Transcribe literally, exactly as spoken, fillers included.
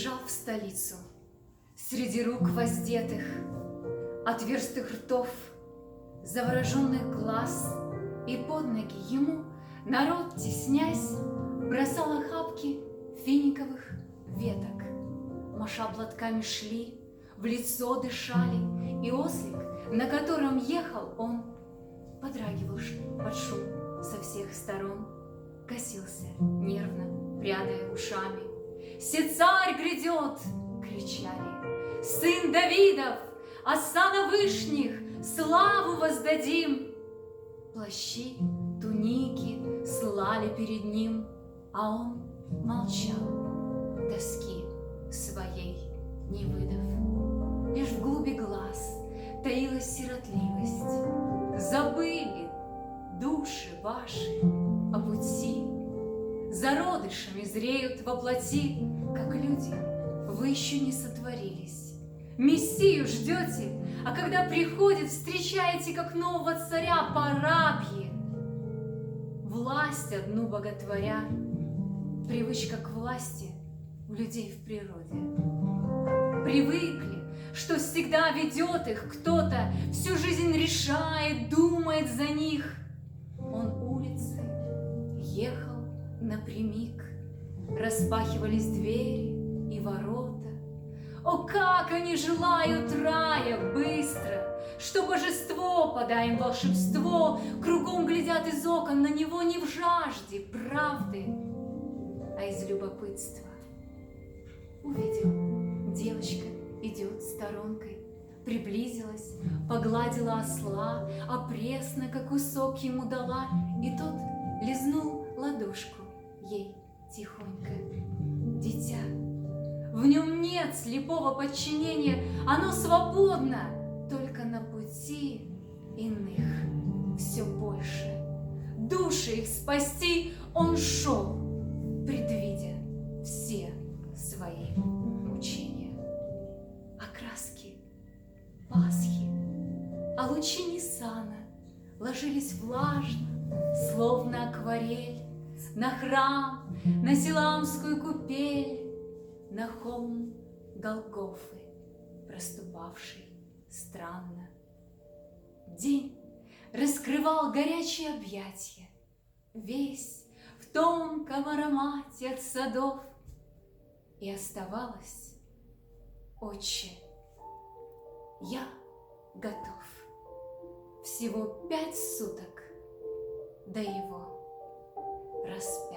Вбежал в столицу, среди рук воздетых, отверстых ртов, завороженных глаз, и под ноги ему народ, теснясь, бросал охапки финиковых веток. Маша платками шли, в лицо дышали, и ослик, на котором ехал он, подрагивал под шум со всех сторон, косился нервно, прядая ушами. «Се царь грядет!» — кричали. «Сын Давидов! Осана вышних! Славу воздадим!» Плащи, туники слали перед ним, а он молчал, тоски своей не выдав. Лишь в глуби глаз таилась сиротливость. Забыли души ваши о пути, зародышами зреют во плоти, как люди, вы еще не сотворились. Мессию ждете, а когда приходит, встречаете, как нового царя по рабье. Власть одну боготворя, привычка к власти у людей в природе. Привыкли, что всегда ведет их кто-то, всю жизнь решает, думает за них. Он улицы ехал напрямик, распахивались двери и ворота. О, как они желают рая быстро, что божество подай им волшебство, кругом глядят из окон на него не в жажде правды, а из любопытства. Увидел, девочка идет сторонкой, приблизилась, погладила осла, а пресно, как кусок ему дала, и тот лизнул ладошку ей тихонько. Дитя, в нем нет слепого подчинения, оно свободно, только на пути иных все больше. Души их спасти он шел, предвидя все свои мучения. А краски Пасхи, а лучи Ниссана ложились влажно, словно акварель, на храм, на Силамскую купель, на холм Голгофы, проступавший странно. День раскрывал горячие объятия, весь в тонком аромате от садов, и оставалось: Отче, я готов. Всего пять суток до его распятия.